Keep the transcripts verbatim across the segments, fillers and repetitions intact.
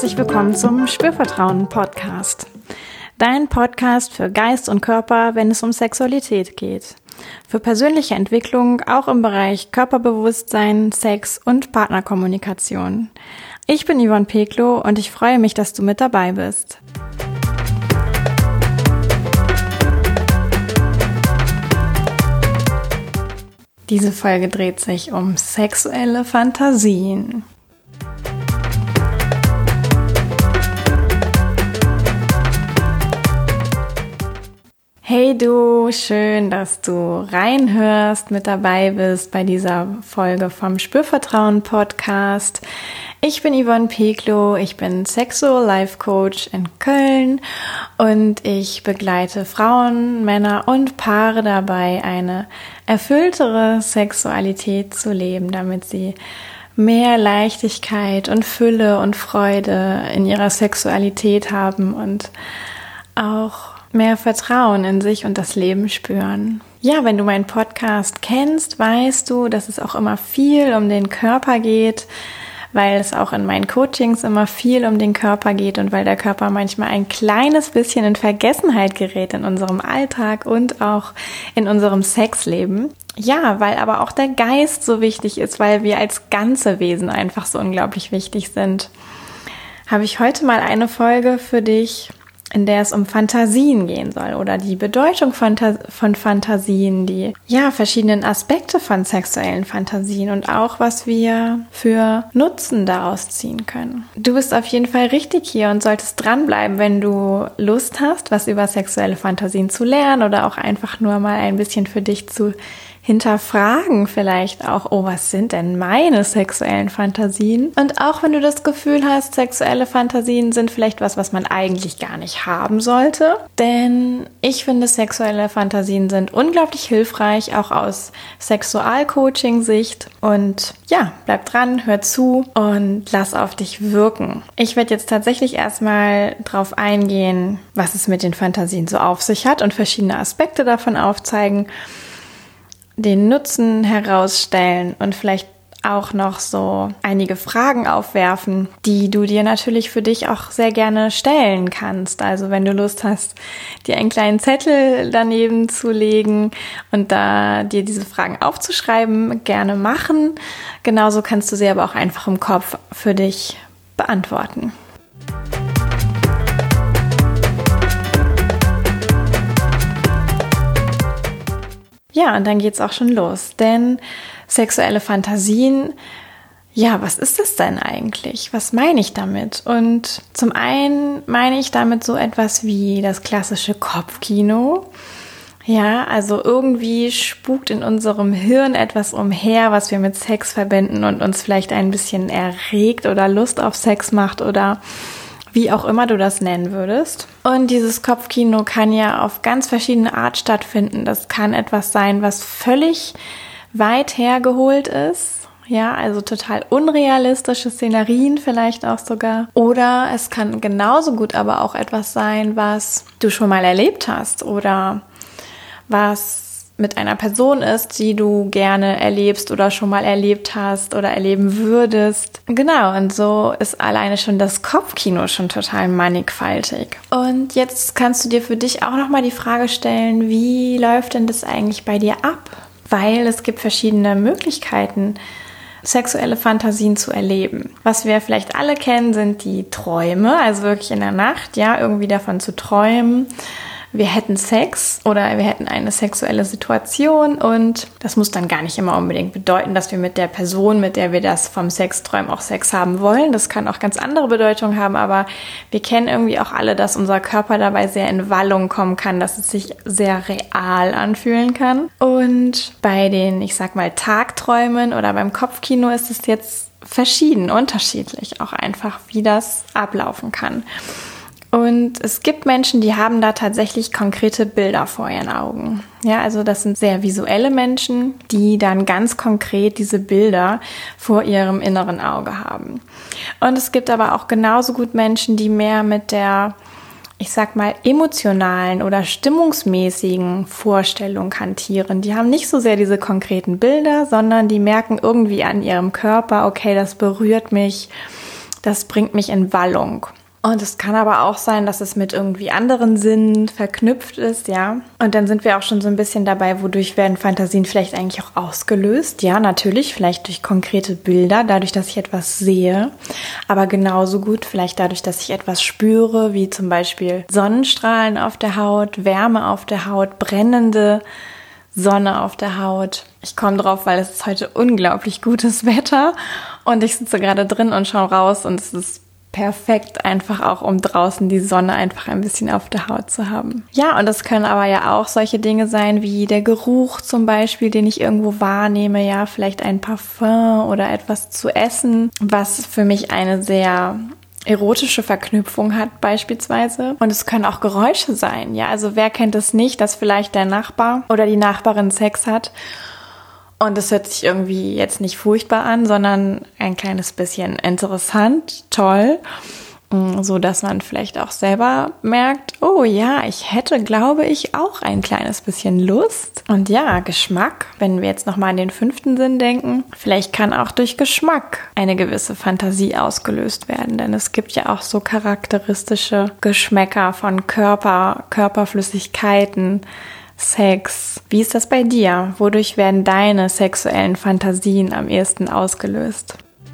Herzlich willkommen zum Spürvertrauen-Podcast. Dein Podcast für Geist und Körper, wenn es um Sexualität geht. Für persönliche Entwicklung auch im Bereich Körperbewusstsein, Sex und Partnerkommunikation. Ich bin Yvonne Peklo und ich freue mich, dass du mit dabei bist. Diese Folge dreht sich um sexuelle Fantasien. Hey du, schön, dass du reinhörst, mit dabei bist bei dieser Folge vom Spürvertrauen Podcast. Ich bin Yvonne Peklo, ich bin Sexual Life Coach in Köln und ich begleite Frauen, Männer und Paare dabei, eine erfülltere Sexualität zu leben, damit sie mehr Leichtigkeit und Fülle und Freude in ihrer Sexualität haben und auch mehr Vertrauen in sich und das Leben spüren. Ja, wenn du meinen Podcast kennst, weißt du, dass es auch immer viel um den Körper geht, weil es auch in meinen Coachings immer viel um den Körper geht und weil der Körper manchmal ein kleines bisschen in Vergessenheit gerät in unserem Alltag und auch in unserem Sexleben. Ja, weil aber auch der Geist so wichtig ist, weil wir als ganze Wesen einfach so unglaublich wichtig sind. Habe ich heute mal eine Folge für dich, in der es um Fantasien gehen soll oder die Bedeutung von, von Fantasien, die ja verschiedenen Aspekte von sexuellen Fantasien und auch was wir für Nutzen daraus ziehen können. Du bist auf jeden Fall richtig hier und solltest dranbleiben, wenn du Lust hast, was über sexuelle Fantasien zu lernen oder auch einfach nur mal ein bisschen für dich zu hinterfragen vielleicht auch, oh, was sind denn meine sexuellen Fantasien? Und auch wenn du das Gefühl hast, sexuelle Fantasien sind vielleicht was, was man eigentlich gar nicht haben sollte. Denn ich finde, sexuelle Fantasien sind unglaublich hilfreich, auch aus Sexualcoaching-Sicht. Und ja, bleib dran, hör zu und lass auf dich wirken. Ich werde jetzt tatsächlich erstmal drauf eingehen, was es mit den Fantasien so auf sich hat und verschiedene Aspekte davon aufzeigen, den Nutzen herausstellen und vielleicht auch noch so einige Fragen aufwerfen, die du dir natürlich für dich auch sehr gerne stellen kannst. Also wenn du Lust hast, dir einen kleinen Zettel daneben zu legen und da dir diese Fragen aufzuschreiben, gerne machen. Genauso kannst du sie aber auch einfach im Kopf für dich beantworten. Ja, und dann geht's auch schon los, denn sexuelle Fantasien, ja, was ist das denn eigentlich? Was meine ich damit? Und zum einen meine ich damit so etwas wie das klassische Kopfkino. Ja, also irgendwie spukt in unserem Hirn etwas umher, was wir mit Sex verbinden und uns vielleicht ein bisschen erregt oder Lust auf Sex macht oder wie auch immer du das nennen würdest. Und dieses Kopfkino kann ja auf ganz verschiedene Art stattfinden. Das kann etwas sein, was völlig weit hergeholt ist. Ja, also total unrealistische Szenerien vielleicht auch sogar. Oder es kann genauso gut aber auch etwas sein, was du schon mal erlebt hast oder was mit einer Person ist, die du gerne erlebst oder schon mal erlebt hast oder erleben würdest. Genau, und so ist alleine schon das Kopfkino schon total mannigfaltig. Und jetzt kannst du dir für dich auch nochmal die Frage stellen, wie läuft denn das eigentlich bei dir ab? Weil es gibt verschiedene Möglichkeiten, sexuelle Fantasien zu erleben. Was wir vielleicht alle kennen, sind die Träume, also wirklich in der Nacht, ja, irgendwie davon zu träumen, wir hätten Sex oder wir hätten eine sexuelle Situation und das muss dann gar nicht immer unbedingt bedeuten, dass wir mit der Person, mit der wir das vom Sexträumen auch Sex haben wollen. Das kann auch ganz andere Bedeutung haben, aber wir kennen irgendwie auch alle, dass unser Körper dabei sehr in Wallung kommen kann, dass es sich sehr real anfühlen kann. Und bei den, ich sag mal, Tagträumen oder beim Kopfkino ist es jetzt verschieden, unterschiedlich auch einfach, wie das ablaufen kann. Und es gibt Menschen, die haben da tatsächlich konkrete Bilder vor ihren Augen. Ja, also das sind sehr visuelle Menschen, die dann ganz konkret diese Bilder vor ihrem inneren Auge haben. Und es gibt aber auch genauso gut Menschen, die mehr mit der, ich sag mal, emotionalen oder stimmungsmäßigen Vorstellung hantieren. Die haben nicht so sehr diese konkreten Bilder, sondern die merken irgendwie an ihrem Körper, okay, das berührt mich, das bringt mich in Wallung. Und es kann aber auch sein, dass es mit irgendwie anderen Sinnen verknüpft ist, ja. Und dann sind wir auch schon so ein bisschen dabei, wodurch werden Fantasien vielleicht eigentlich auch ausgelöst. Ja, natürlich, vielleicht durch konkrete Bilder, dadurch, dass ich etwas sehe. Aber genauso gut vielleicht dadurch, dass ich etwas spüre, wie zum Beispiel Sonnenstrahlen auf der Haut, Wärme auf der Haut, brennende Sonne auf der Haut. Ich komme drauf, weil es ist heute unglaublich gutes Wetter und ich sitze gerade drin und schaue raus und es ist perfekt, einfach auch um draußen die Sonne einfach ein bisschen auf der Haut zu haben. Ja, und das können aber ja auch solche Dinge sein wie der Geruch zum Beispiel, den ich irgendwo wahrnehme, ja, vielleicht ein Parfum oder etwas zu essen, was für mich eine sehr erotische Verknüpfung hat beispielsweise. Und es können auch Geräusche sein, ja, also wer kennt es nicht, dass vielleicht der Nachbar oder die Nachbarin Sex hat und es hört sich irgendwie jetzt nicht furchtbar an, sondern ein kleines bisschen interessant, toll, so dass man vielleicht auch selber merkt, oh ja, ich hätte, glaube ich, auch ein kleines bisschen Lust. Und ja, Geschmack, wenn wir jetzt nochmal an den fünften Sinn denken, vielleicht kann auch durch Geschmack eine gewisse Fantasie ausgelöst werden, denn es gibt ja auch so charakteristische Geschmäcker von Körper, Körperflüssigkeiten, Sex. Wie ist das bei dir? Wodurch werden deine sexuellen Fantasien am ehesten ausgelöst?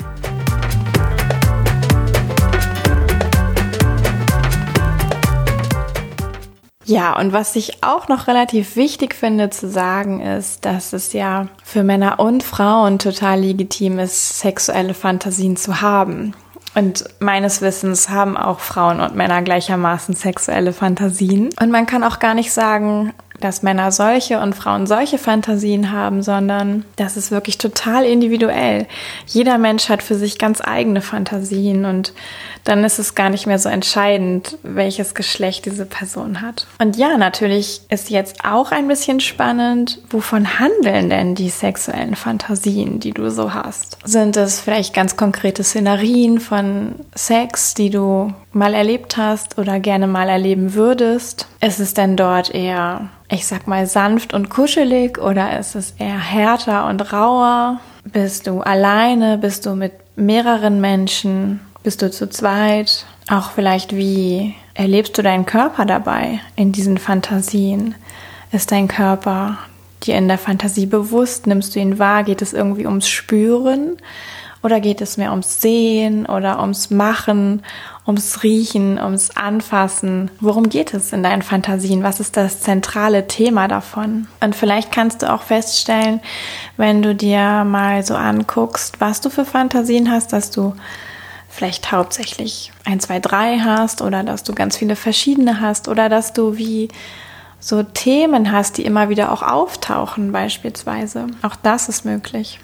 Ja, und was ich auch noch relativ wichtig finde zu sagen ist, dass es ja für Männer und Frauen total legitim ist, sexuelle Fantasien zu haben. Und meines Wissens haben auch Frauen und Männer gleichermaßen sexuelle Fantasien. Und man kann auch gar nicht sagen, dass Männer solche und Frauen solche Fantasien haben, sondern das ist wirklich total individuell. Jeder Mensch hat für sich ganz eigene Fantasien und dann ist es gar nicht mehr so entscheidend, welches Geschlecht diese Person hat. Und ja, natürlich ist jetzt auch ein bisschen spannend, wovon handeln denn die sexuellen Fantasien, die du so hast? Sind es vielleicht ganz konkrete Szenarien von Sex, die du mal erlebt hast oder gerne mal erleben würdest? Ist es denn dort eher, ich sag mal, sanft und kuschelig oder ist es eher härter und rauer? Bist du alleine? Bist du mit mehreren Menschen? Bist du zu zweit? Auch vielleicht, wie erlebst du deinen Körper dabei in diesen Fantasien? Ist dein Körper dir in der Fantasie bewusst? Nimmst du ihn wahr? Geht es irgendwie ums Spüren? Oder geht es mehr ums Sehen oder ums Machen, ums Riechen, ums Anfassen? Worum geht es in deinen Fantasien? Was ist das zentrale Thema davon? Und vielleicht kannst du auch feststellen, wenn du dir mal so anguckst, was du für Fantasien hast, dass du vielleicht hauptsächlich ein, zwei, drei hast oder dass du ganz viele verschiedene hast oder dass du wie so Themen hast, die immer wieder auch auftauchen beispielsweise. Auch das ist möglich.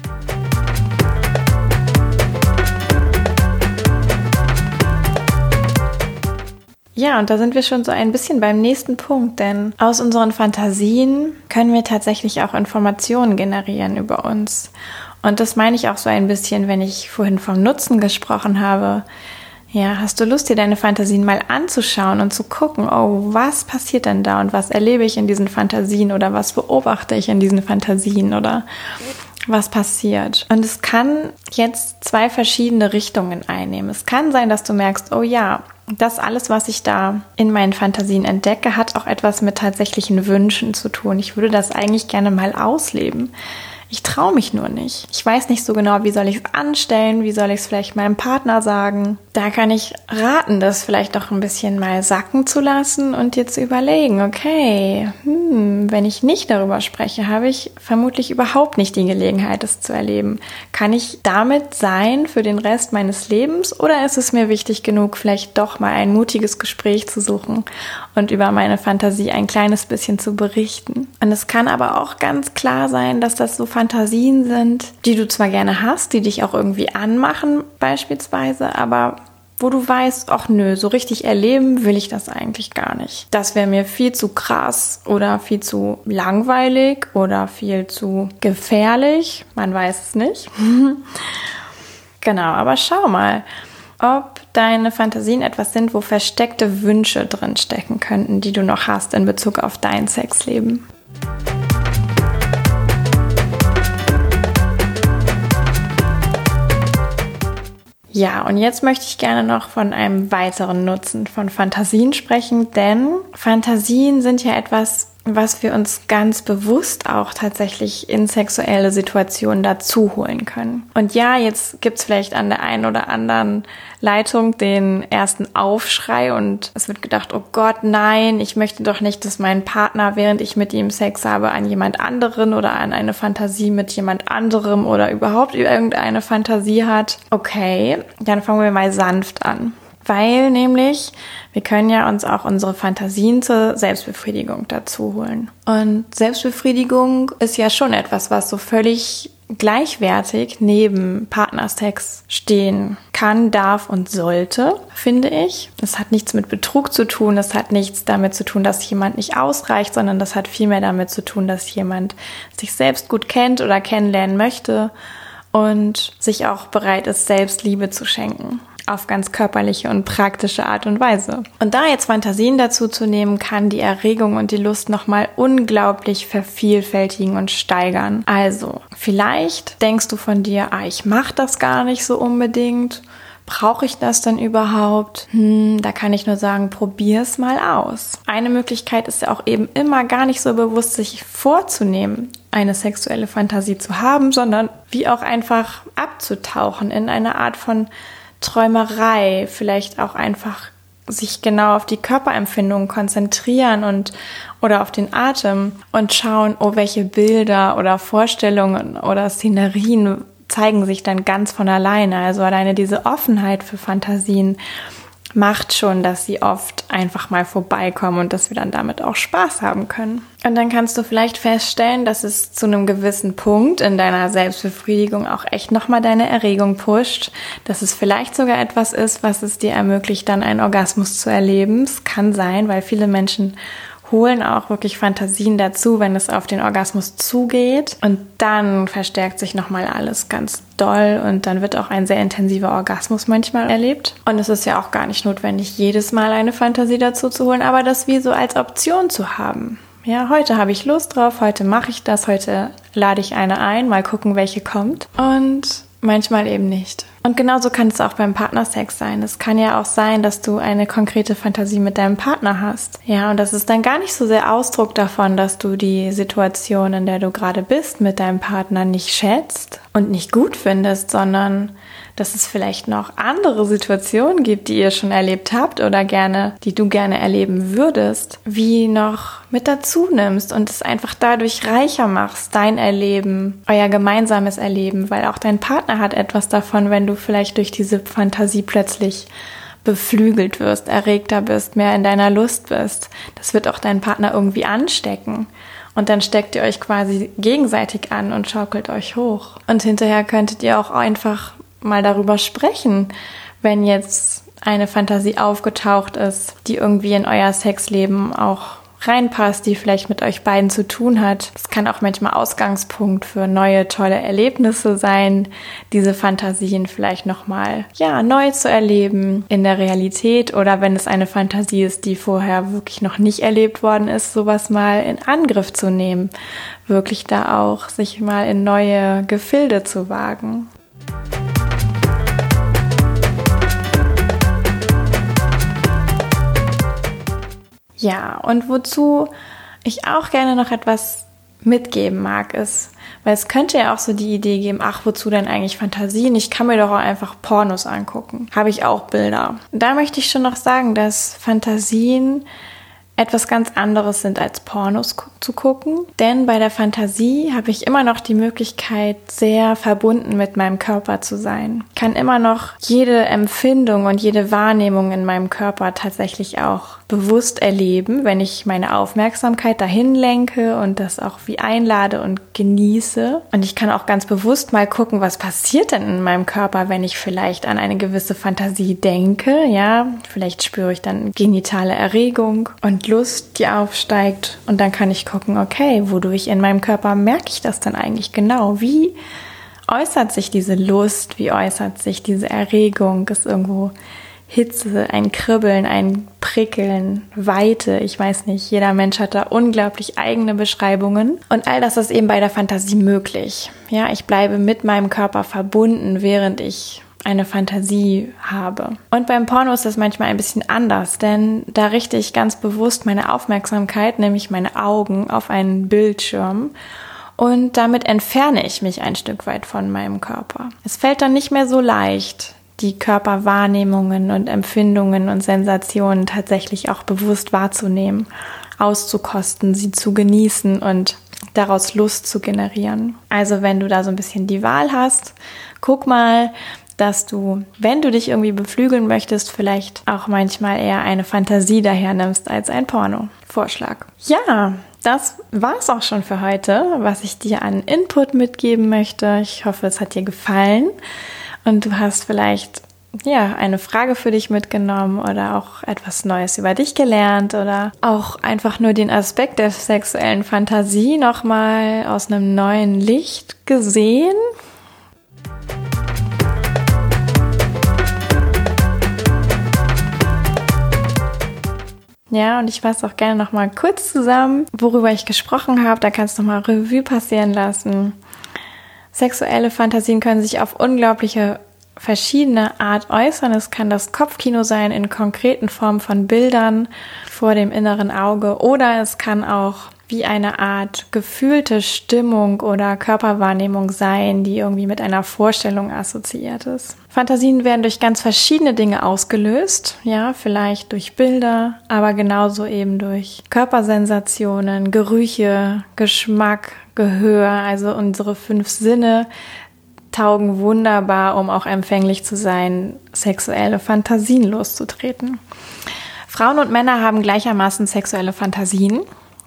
Ja, und da sind wir schon so ein bisschen beim nächsten Punkt, denn aus unseren Fantasien können wir tatsächlich auch Informationen generieren über uns. Und das meine ich auch so ein bisschen, wenn ich vorhin vom Nutzen gesprochen habe. Ja, hast du Lust, dir deine Fantasien mal anzuschauen und zu gucken, oh, was passiert denn da und was erlebe ich in diesen Fantasien oder was beobachte ich in diesen Fantasien oder was passiert? Und es kann jetzt zwei verschiedene Richtungen einnehmen. Es kann sein, dass du merkst, oh ja, das alles, was ich da in meinen Fantasien entdecke, hat auch etwas mit tatsächlichen Wünschen zu tun. Ich würde das eigentlich gerne mal ausleben. Ich traue mich nur nicht. Ich weiß nicht so genau, wie soll ich es anstellen, wie soll ich es vielleicht meinem Partner sagen. Da kann ich raten, das vielleicht auch ein bisschen mal sacken zu lassen und dir zu überlegen, okay, hm, wenn ich nicht darüber spreche, habe ich vermutlich überhaupt nicht die Gelegenheit, es zu erleben. Kann ich damit sein für den Rest meines Lebens oder ist es mir wichtig genug, vielleicht doch mal ein mutiges Gespräch zu suchen und über meine Fantasie ein kleines bisschen zu berichten? Und es kann aber auch ganz klar sein, dass das so Fantasien sind, die du zwar gerne hast, die dich auch irgendwie anmachen beispielsweise, aber wo du weißt, ach nö, so richtig erleben will ich das eigentlich gar nicht. Das wäre mir viel zu krass oder viel zu langweilig oder viel zu gefährlich. Man weiß es nicht. Genau, aber schau mal, ob deine Fantasien etwas sind, wo versteckte Wünsche drin stecken könnten, die du noch hast in Bezug auf dein Sexleben. Ja, und jetzt möchte ich gerne noch von einem weiteren Nutzen von Fantasien sprechen, denn Fantasien sind ja etwas, was wir uns ganz bewusst auch tatsächlich in sexuelle Situationen dazu holen können. Und ja, jetzt gibt's vielleicht an der einen oder anderen Leitung den ersten Aufschrei und es wird gedacht, oh Gott, nein, ich möchte doch nicht, dass mein Partner, während ich mit ihm Sex habe, an jemand anderen oder an eine Fantasie mit jemand anderem oder überhaupt irgendeine Fantasie hat. Okay, dann fangen wir mal sanft an. Weil nämlich, wir können ja uns auch unsere Fantasien zur Selbstbefriedigung dazu holen. Und Selbstbefriedigung ist ja schon etwas, was so völlig gleichwertig neben Partnersex stehen kann, darf und sollte, finde ich. Das hat nichts mit Betrug zu tun, das hat nichts damit zu tun, dass jemand nicht ausreicht, sondern das hat vielmehr damit zu tun, dass jemand sich selbst gut kennt oder kennenlernen möchte und sich auch bereit ist, Selbstliebe zu schenken. Auf ganz körperliche und praktische Art und Weise. Und da jetzt Fantasien dazu zu nehmen, kann die Erregung und die Lust nochmal unglaublich vervielfältigen und steigern. Also, vielleicht denkst du von dir, ah, ich mach das gar nicht so unbedingt. Brauche ich das denn überhaupt? Hm, da kann ich nur sagen, probier's mal aus. Eine Möglichkeit ist ja auch eben immer gar nicht so bewusst, sich vorzunehmen, eine sexuelle Fantasie zu haben, sondern wie auch einfach abzutauchen in eine Art von Träumerei, vielleicht auch einfach sich genau auf die Körperempfindungen konzentrieren und oder auf den Atem und schauen, oh, welche Bilder oder Vorstellungen oder Szenerien zeigen sich dann ganz von alleine. Also alleine diese Offenheit für Fantasien macht schon, dass sie oft einfach mal vorbeikommen und dass wir dann damit auch Spaß haben können. Und dann kannst du vielleicht feststellen, dass es zu einem gewissen Punkt in deiner Selbstbefriedigung auch echt nochmal deine Erregung pusht, dass es vielleicht sogar etwas ist, was es dir ermöglicht, dann einen Orgasmus zu erleben. Es kann sein, weil viele Menschen holen auch wirklich Fantasien dazu, wenn es auf den Orgasmus zugeht. Und dann verstärkt sich nochmal alles ganz doll und dann wird auch ein sehr intensiver Orgasmus manchmal erlebt. Und es ist ja auch gar nicht notwendig, jedes Mal eine Fantasie dazu zu holen, aber das wie so als Option zu haben. Ja, heute habe ich Lust drauf, heute mache ich das, heute lade ich eine ein, mal gucken, welche kommt. Und manchmal eben nicht. Und genauso kann es auch beim Partnersex sein. Es kann ja auch sein, dass du eine konkrete Fantasie mit deinem Partner hast. Ja, und das ist dann gar nicht so sehr Ausdruck davon, dass du die Situation, in der du gerade bist, mit deinem Partner nicht schätzt und nicht gut findest, sondern dass es vielleicht noch andere Situationen gibt, die ihr schon erlebt habt oder gerne, die du gerne erleben würdest, wie noch mit dazu nimmst und es einfach dadurch reicher machst, dein Erleben, euer gemeinsames Erleben, weil auch dein Partner hat etwas davon, wenn du vielleicht durch diese Fantasie plötzlich beflügelt wirst, erregter bist, mehr in deiner Lust bist. Das wird auch deinen Partner irgendwie anstecken. Und dann steckt ihr euch quasi gegenseitig an und schaukelt euch hoch. Und hinterher könntet ihr auch einfach mal darüber sprechen, wenn jetzt eine Fantasie aufgetaucht ist, die irgendwie in euer Sexleben auch reinpasst, die vielleicht mit euch beiden zu tun hat. Das kann auch manchmal Ausgangspunkt für neue, tolle Erlebnisse sein, diese Fantasien vielleicht nochmal, ja, neu zu erleben in der Realität oder wenn es eine Fantasie ist, die vorher wirklich noch nicht erlebt worden ist, sowas mal in Angriff zu nehmen, wirklich da auch sich mal in neue Gefilde zu wagen. Ja, und wozu ich auch gerne noch etwas mitgeben mag, ist, weil es könnte ja auch so die Idee geben, ach, wozu denn eigentlich Fantasien? Ich kann mir doch auch einfach Pornos angucken. Habe ich auch Bilder. Da möchte ich schon noch sagen, dass Fantasien etwas ganz anderes sind als Pornos zu gucken. Denn bei der Fantasie habe ich immer noch die Möglichkeit, sehr verbunden mit meinem Körper zu sein. Ich kann immer noch jede Empfindung und jede Wahrnehmung in meinem Körper tatsächlich auch bewusst erleben, wenn ich meine Aufmerksamkeit dahin lenke und das auch wie einlade und genieße. Und ich kann auch ganz bewusst mal gucken, was passiert denn in meinem Körper, wenn ich vielleicht an eine gewisse Fantasie denke. Ja, vielleicht spüre ich dann genitale Erregung und Lust, die aufsteigt. Und dann kann ich gucken, okay, wodurch in meinem Körper merke ich das denn eigentlich genau? Wie äußert sich diese Lust? Wie äußert sich diese Erregung? Ist irgendwo Hitze, ein Kribbeln, ein Prickeln, Weite, ich weiß nicht, jeder Mensch hat da unglaublich eigene Beschreibungen und all das ist eben bei der Fantasie möglich. Ja, ich bleibe mit meinem Körper verbunden, während ich eine Fantasie habe. Und beim Porno ist das manchmal ein bisschen anders, denn da richte ich ganz bewusst meine Aufmerksamkeit, nämlich meine Augen, auf einen Bildschirm und damit entferne ich mich ein Stück weit von meinem Körper. Es fällt dann nicht mehr so leicht, die Körperwahrnehmungen und Empfindungen und Sensationen tatsächlich auch bewusst wahrzunehmen, auszukosten, sie zu genießen und daraus Lust zu generieren. Also wenn du da so ein bisschen die Wahl hast, guck mal, dass du, wenn du dich irgendwie beflügeln möchtest, vielleicht auch manchmal eher eine Fantasie daher nimmst als ein Porno-Vorschlag. Ja, das war's auch schon für heute, was ich dir an Input mitgeben möchte. Ich hoffe, es hat dir gefallen und du hast vielleicht ja, eine Frage für dich mitgenommen oder auch etwas Neues über dich gelernt oder auch einfach nur den Aspekt der sexuellen Fantasie nochmal aus einem neuen Licht gesehen. Ja, und ich fasse auch gerne nochmal kurz zusammen, worüber ich gesprochen habe. Da kannst du nochmal Revue passieren lassen. Sexuelle Fantasien können sich auf unglaubliche verschiedene Art äußern. Es kann das Kopfkino sein in konkreten Formen von Bildern vor dem inneren Auge oder es kann auch wie eine Art gefühlte Stimmung oder Körperwahrnehmung sein, die irgendwie mit einer Vorstellung assoziiert ist. Fantasien werden durch ganz verschiedene Dinge ausgelöst, ja, vielleicht durch Bilder, aber genauso eben durch Körpersensationen, Gerüche, Geschmack, Gehör, also unsere fünf Sinne taugen wunderbar, um auch empfänglich zu sein, sexuelle Fantasien loszutreten. Frauen und Männer haben gleichermaßen sexuelle Fantasien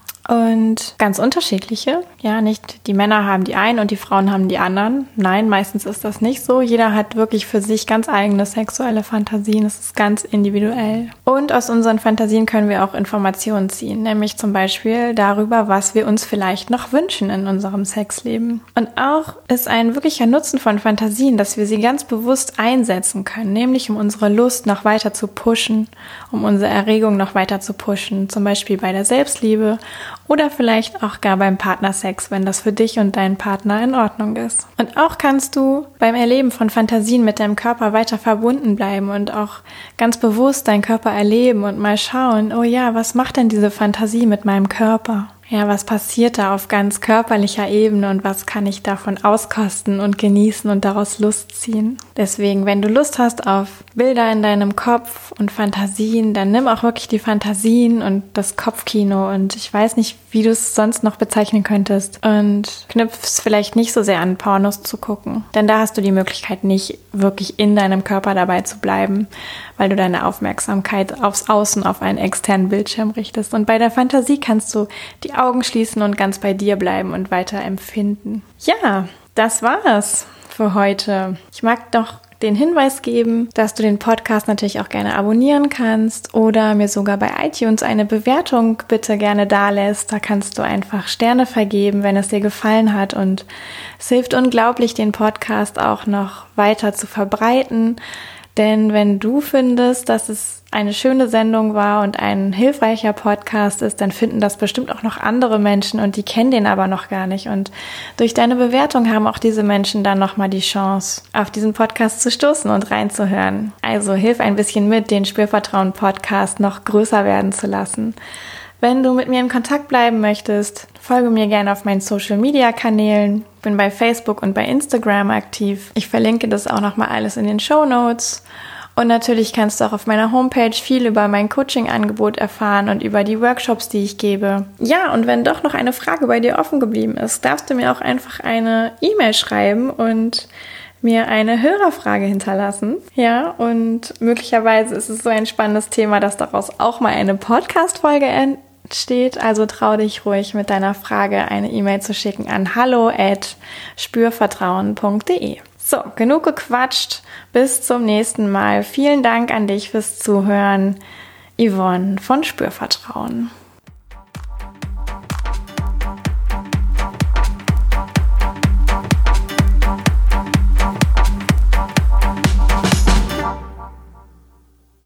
und ganz unterschiedliche. Ja, nicht die Männer haben die einen und die Frauen haben die anderen. Nein, meistens ist das nicht so. Jeder hat wirklich für sich ganz eigene sexuelle Fantasien. Es ist ganz individuell. Und aus unseren Fantasien können wir auch Informationen ziehen, nämlich zum Beispiel darüber, was wir uns vielleicht noch wünschen in unserem Sexleben. Und auch ist ein wirklicher Nutzen von Fantasien, dass wir sie ganz bewusst einsetzen können, nämlich um unsere Lust noch weiter zu pushen, um unsere Erregung noch weiter zu pushen, zum Beispiel bei der Selbstliebe oder vielleicht auch gar beim Partnersex, wenn das für dich und deinen Partner in Ordnung ist. Und auch kannst du beim Erleben von Fantasien mit deinem Körper weiter verbunden bleiben und auch ganz bewusst deinen Körper erleben und mal schauen, oh ja, was macht denn diese Fantasie mit meinem Körper? Ja, was passiert da auf ganz körperlicher Ebene und was kann ich davon auskosten und genießen und daraus Lust ziehen? Deswegen, wenn du Lust hast auf Bilder in deinem Kopf und Fantasien, dann nimm auch wirklich die Fantasien und das Kopfkino und ich weiß nicht, wie du es sonst noch bezeichnen könntest und knüpfst vielleicht nicht so sehr an Pornos zu gucken, denn da hast du die Möglichkeit nicht wirklich in deinem Körper dabei zu bleiben, weil du deine Aufmerksamkeit aufs Außen, auf einen externen Bildschirm richtest. Und bei der Fantasie kannst du die Augen schließen und ganz bei dir bleiben und weiter empfinden. Ja, das war's für heute. Ich mag doch den Hinweis geben, dass du den Podcast natürlich auch gerne abonnieren kannst oder mir sogar bei iTunes eine Bewertung bitte gerne dalässt. Da kannst du einfach Sterne vergeben, wenn es dir gefallen hat und es hilft unglaublich, den Podcast auch noch weiter zu verbreiten. Denn wenn du findest, dass es eine schöne Sendung war und ein hilfreicher Podcast ist, dann finden das bestimmt auch noch andere Menschen und die kennen den aber noch gar nicht. Und durch deine Bewertung haben auch diese Menschen dann nochmal die Chance, auf diesen Podcast zu stoßen und reinzuhören. Also hilf ein bisschen mit, den Spürvertrauen-Podcast noch größer werden zu lassen. Wenn du mit mir in Kontakt bleiben möchtest, folge mir gerne auf meinen Social-Media-Kanälen. Ich bin bei Facebook und bei Instagram aktiv. Ich verlinke das auch nochmal alles in den Shownotes. Und natürlich kannst du auch auf meiner Homepage viel über mein Coaching-Angebot erfahren und über die Workshops, die ich gebe. Ja, und wenn doch noch eine Frage bei dir offen geblieben ist, darfst du mir auch einfach eine E-Mail schreiben und mir eine Hörerfrage hinterlassen. Ja, und möglicherweise ist es so ein spannendes Thema, dass daraus auch mal eine Podcast-Folge entsteht. Also trau dich ruhig, mit deiner Frage eine E-Mail zu schicken an hallo at spürvertrauen punkt de. So, genug gequatscht. Bis zum nächsten Mal. Vielen Dank an dich fürs Zuhören. Yvonne von Spürvertrauen.